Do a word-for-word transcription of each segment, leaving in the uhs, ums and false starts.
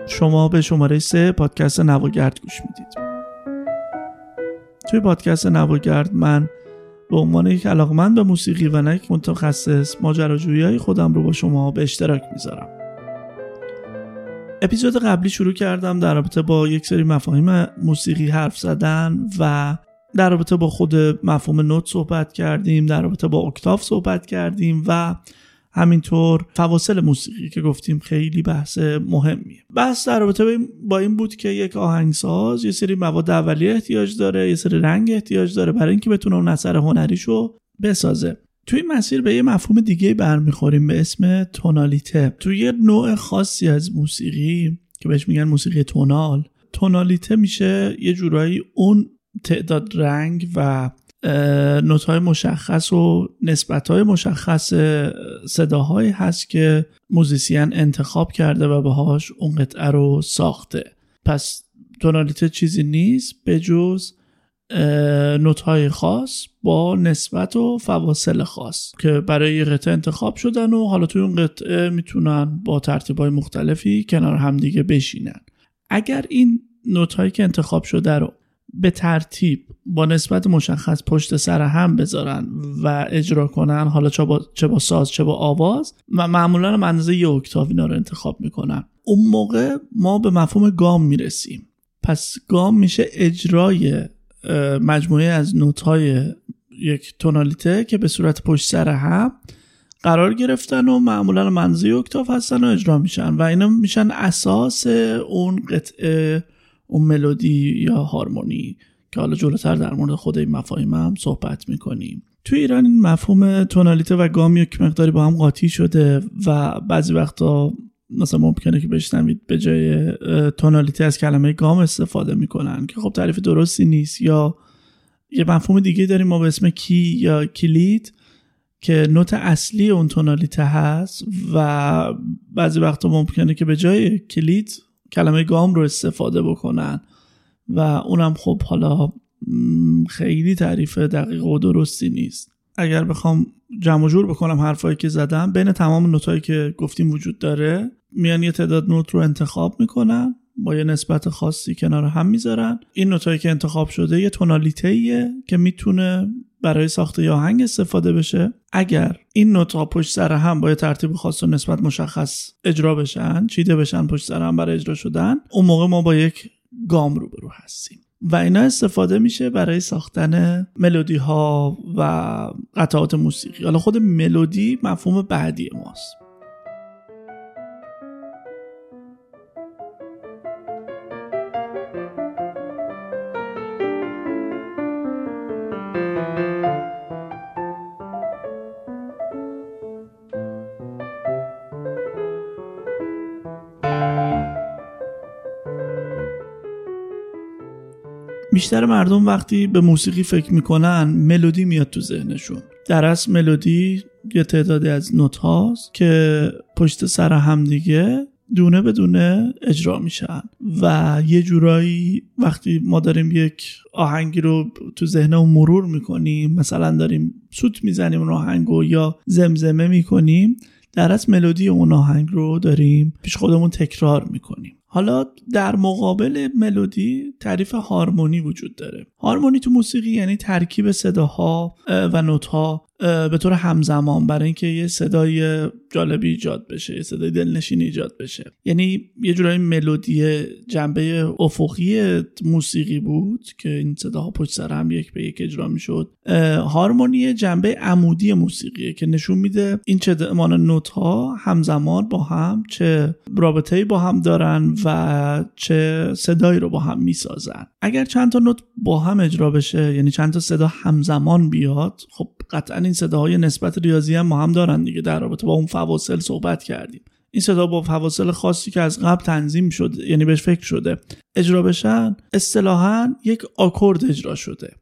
شما به شماره سه پادکست نواگرد گوش میدید. توی پادکست نواگرد من به عنوان یک علاقمند به موسیقی و نه یک متخصص ماجراجویی‌های خودم رو با شما به اشتراک میذارم. اپیزود قبلی شروع کردم در رابطه با یک سری مفاهیم موسیقی حرف زدن و در رابطه با خود مفهوم نوت صحبت کردیم، در رابطه با اکتاف صحبت کردیم و همینطور فواصل موسیقی که گفتیم خیلی بحث مهمیه. بحث در رابطه با این بود که یک آهنگساز یه سری مواد اولیه احتیاج داره، یه سری رنگ احتیاج داره برای اینکه بتونه اون اثر هنریشو بسازه. توی این مسیر به یه مفهوم دیگه برمیخوریم به اسم تونالیته. توی یه نوع خاصی از موسیقی که بهش میگن موسیقی تونال، تونالیته میشه یه جورایی اون تعداد رنگ و نوت‌های مشخص و نسبت‌های مشخص صداهایی هست که موزیسین انتخاب کرده و باهاش اون قطعه رو ساخته. پس تونالیته چیزی نیست به جز نوت‌های خاص با نسبت و فواصل خاص که برای یه قطعه انتخاب شدن و حالا توی اون قطعه میتونن با ترتیب‌های مختلفی کنار هم دیگه بشینن. اگر این نوت‌هایی که انتخاب شده رو به ترتیب با نسبت مشخص پشت سر هم بذارن و اجرا کنن، حالا چه با, چه با ساز چه با آواز، و معمولا هم اندازه یه اکتاو اینا رو انتخاب میکنن، اون موقع ما به مفهوم گام میرسیم. پس گام میشه اجرای مجموعه از نوت‌های یک تونالیته که به صورت پشت سر هم قرار گرفتن و معمولا هم اندازه یه اکتاو هستن و اجرا میشن و اینا میشن اساس اون قطعه، اون ملودی یا هارمونی که حالا جلوتر در مورد خود این مفاهیم هم صحبت میکنیم. توی ایران این مفهوم تونالیته و گام یک مقداری با هم قاطی شده و بعضی وقتا مثلا ممکنه که بشنوید به جای تونالیته از کلمه گام استفاده میکنن که خب تعریف درستی نیست. یا یه مفهوم دیگه داریم ما به اسم کی یا کلید که نوت اصلی اون تونالیته هست و بعضی وقتا ممکنه که به جای کلید کلمه گام رو استفاده بکنن و اونم خب حالا خیلی تعریف دقیق و درستی نیست. اگر بخوام جمع و جور بکنم حرفایی که زدم، بین تمام نوتایی که گفتیم وجود داره، میان یه تعداد نوت رو انتخاب میکنن با یه نسبت خاصی کنار هم میذارن. این نوتایی که انتخاب شده یه تونالیته‌ایه که میتونه برای ساخت یه آهنگ استفاده بشه. اگر این نوت‌ها پشت سر هم با یه ترتیب خاص و نسبت مشخص اجرا بشن، چیده بشن پشت سر هم برای اجرا شدن، اون موقع ما با یک گام روبرو هستیم و اینا استفاده میشه برای ساختن ملودی ها و قطعات موسیقی. حالا خود ملودی مفهوم بعدی ماست. بیشتر مردم وقتی به موسیقی فکر میکنن ملودی میاد تو ذهنشون. در اصل ملودی یه تعدادی از نوت هاست که پشت سر هم دیگه دونه به دونه اجرا میشن و یه جورایی وقتی ما داریم یک آهنگی رو تو ذهنمون مرور میکنیم، مثلا داریم سوت میزنیم اون آهنگو یا زمزمه میکنیم، در اصل ملودی اون آهنگ رو داریم پیش خودمون تکرار میکنیم. حالا در مقابل ملودی تعریف هارمونی وجود داره. هارمونی تو موسیقی یعنی ترکیب صداها و نوت‌ها به طور همزمان برای اینکه یه صدای جالبی ایجاد بشه، یه صدای دلنشینی ایجاد بشه. یعنی یه جورایی ملودی جنبه افقی موسیقی بود که این صداها پشت سر هم یک به یک اجرا میشد. هارمونی جنبه عمودی موسیقیه که نشون میده این چه دمان نوت‌ها همزمان با هم چه رابطه‌ای با هم دارن و چه صدایی رو با هم میسازن. اگر چند تا نوت با هم اجرا بشه، یعنی چند تا صدا همزمان بیاد، خب قطعا این صداهای نسبت ریاضی هم ما هم دارن دیگه. در رابطه با اون فواصل صحبت کردیم. این صدا با فواصل خاصی که از قبل تنظیم شده، یعنی بهش فکر شده، اجرا بشن، اصطلاحاً یک آکورد اجرا شده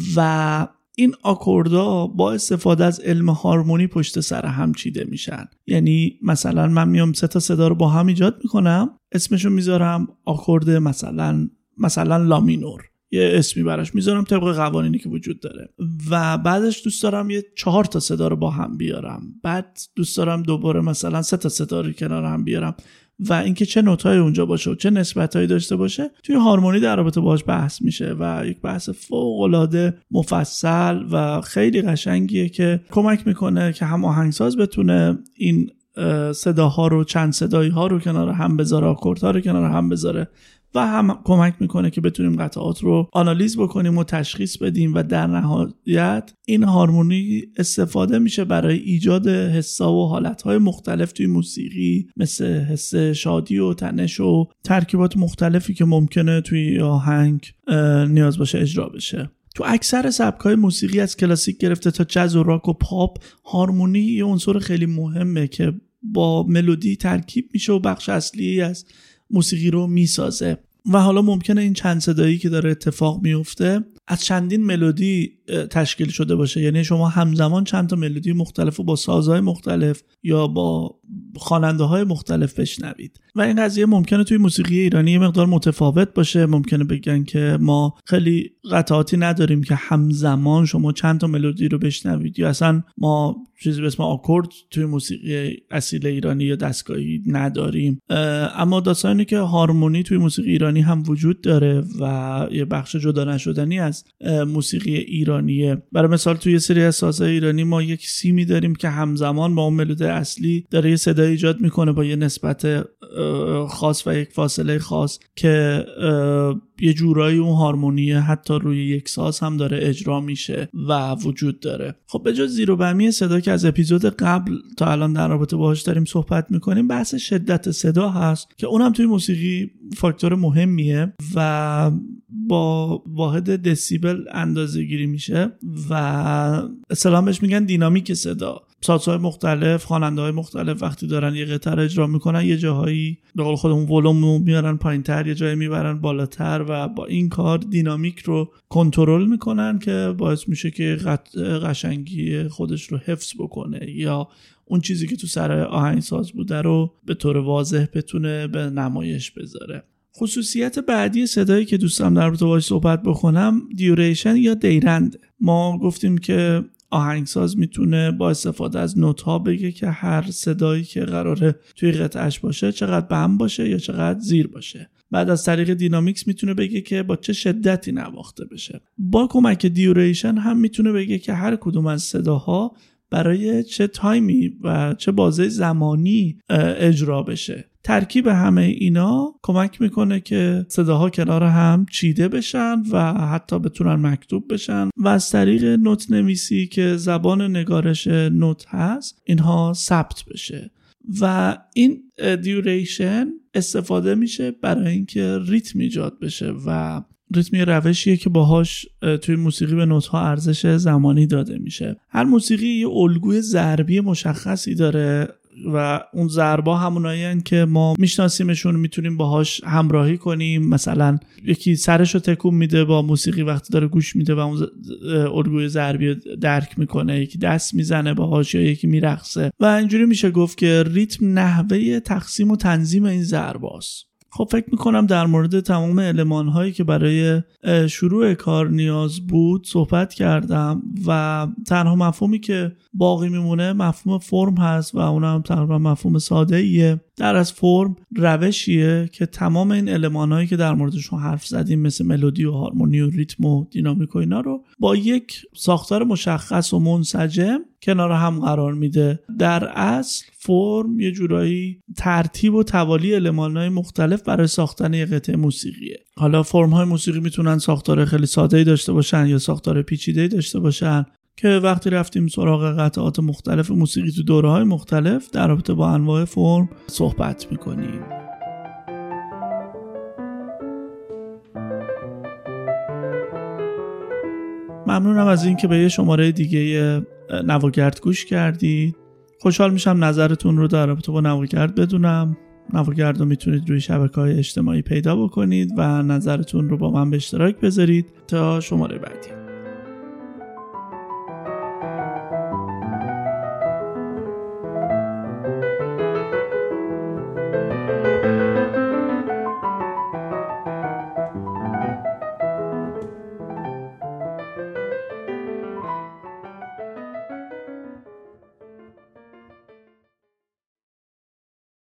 و این آکوردها با استفاده از علم هارمونی پشت سر هم چیده میشن. یعنی مثلا من میام سه تا صدا رو با هم ایجاد میکنم، اسمشو میذارم آکورد مثلا مثلا لا مینور، یه اسمی براش میذارم طبق قوانینی که وجود داره و بعدش دوست دارم یه چهار تا صدا رو با هم بیارم، بعد دوست دارم دوباره مثلا سه تا صدا رو کنار هم بیارم و اینکه چه نوت‌های اونجا باشه و چه نسبت‌هایی داشته باشه توی هارمونی در رابطه باهاش بحث میشه و یک بحث فوق‌العاده مفصل و خیلی قشنگیه که کمک میکنه که هم آهنگساز بتونه این صداها رو، چند صدایی ها رو کنار هم بذاره، آکوردها رو کنار هم بذاره و هم کمک میکنه که بتونیم قطعات رو آنالیز بکنیم و تشخیص بدیم و در نهایت این هارمونی استفاده میشه برای ایجاد حسا و حالتهای مختلف توی موسیقی، مثل حس شادی و تنش و ترکیبات مختلفی که ممکنه توی آهنگ نیاز باشه اجرا بشه. تو اکثر سبک‌های موسیقی از کلاسیک گرفته تا جاز و راک و پاپ، هارمونی یه عنصر خیلی مهمه که با ملودی ترکیب میشه و بخش اصلی از موسیقی رو میسازه و حالا ممکنه این چند صدایی که داره اتفاق میفته از چندین ملودی تشکیل شده باشه، یعنی شما همزمان چند تا ملودی مختلف و با سازهای مختلف یا با خواننده های مختلف بشنوید و این قضیه ممکنه توی موسیقی ایرانی یه مقدار متفاوت باشه. ممکنه بگن که ما خیلی قطعاتی نداریم که همزمان شما چند تا ملودی رو بشنوید، یا اصلا ما چیزی به اسم آکورد توی موسیقی اصیل ایرانی یا دستگاهی نداریم. اما داستان اینه که هارمونی توی موسیقی ایرانی هم وجود داره و یه بخش جدا نشدنی از موسیقی ایرانیه. برای مثال توی سری از سازهای ایرانی ما یک سیمی داریم که همزمان با اون ملودی اصلی داره یه صدای ایجاد میکنه با یه نسبت خاص و یک فاصله خاص که یه جورایی اون هارمونی حتی روی یک ساز هم داره اجرا میشه و وجود داره. خب به جز زیر و بمی صدا که از اپیزود قبل تا الان در رابطه باهاش داریم صحبت میکنیم، بحث شدت صدا هست که اونم توی موسیقی فاکتور مهمیه و با واحد دسیبل اندازه گیری میشه و اصطلاحاً بهش میگن دینامیک صدا. سازهای مختلف، خواننده‌های مختلف وقتی دارن یه قطعه رو اجرا میکنن یه جاهایی به قول خودمون ولوم رو میارن پایین‌تر، یه جایی میبرن بالاتر و با این کار دینامیک رو کنترل میکنن که باعث میشه که قشنگی خودش رو حفظ بکنه یا اون چیزی که تو سر آهنگساز بوده رو به طور واضح بتونه به نمایش بذاره. خصوصیت بعدی صدایی که دوستم در رابطه باهاش صحبت بکنم دیوریشن یا دیرند. ما گفتیم که آهنگساز میتونه با استفاده از نوت‌ها بگه که هر صدایی که قراره توی قطعه‌اش باشه چقدر بم باشه یا چقدر زیر باشه. بعد از طریق دینامیکس میتونه بگه که با چه شدتی نواخته بشه. با کمک دیوریشن هم میتونه بگه که هر کدوم از صداها برای چه تایمی و چه بازه زمانی اجرا بشه. ترکیب همه اینا کمک میکنه که صداها کنار هم چیده بشن و حتی بتونن مکتوب بشن و از طریق نوت نویسی که زبان نگارش نوت هست اینها ثبت بشه. و این دیوریشن استفاده میشه برای اینکه ریتم ایجاد بشه و ریتم یه روشیه که باهاش توی موسیقی به نوت‌ها ارزش زمانی داده میشه. هر موسیقی یه الگوی ضربی مشخصی داره و اون ضربا همونایی هستن که ما میشناسیمشون، میتونیم باهاش همراهی کنیم. مثلا یکی سرشو تکون میده با موسیقی وقتی داره گوش میده و اون الگوی ضربی درک میکنه، یکی دست میزنه باهاش یا یکی میرقصه و اینجوری میشه گفت که ریتم نحوه تقسیم و تنظیم این ضرباست. خب فکر میکنم در مورد تمام المان هایی که برای شروع کار نیاز بود صحبت کردم و تنها مفهومی که باقی میمونه مفهوم فرم هست و اونم تقریبا مفهوم ساده ایه. در از فرم روشیه که تمام این المان هایی که در موردشون حرف زدیم مثل ملودی و هارمونی و ریتم و دینامیک و اینا رو با یک ساختار مشخص و منسجم کنار هم قرار میده. در اصل فرم یه جورایی ترتیب و توالی المان‌های مختلف برای ساختن یه قطعه موسیقیه. حالا فرم‌های موسیقی میتونن ساختار خیلی ساده‌ای داشته باشن یا ساختار پیچیده‌ای داشته باشن که وقتی رفتیم سراغ قطعات مختلف موسیقی تو دوره‌های مختلف در رابطه با انواع فرم صحبت میکنیم. ممنونم از این که به یه شماره دیگه نواگرد گوش کردید. خوشحال میشم نظرتون رو در رابطه با نواگرد بدونم. نواگرد رو میتونید روی شبکه‌های اجتماعی پیدا بکنید و نظرتون رو با من به اشتراک بذارید. تا شماره بعدی.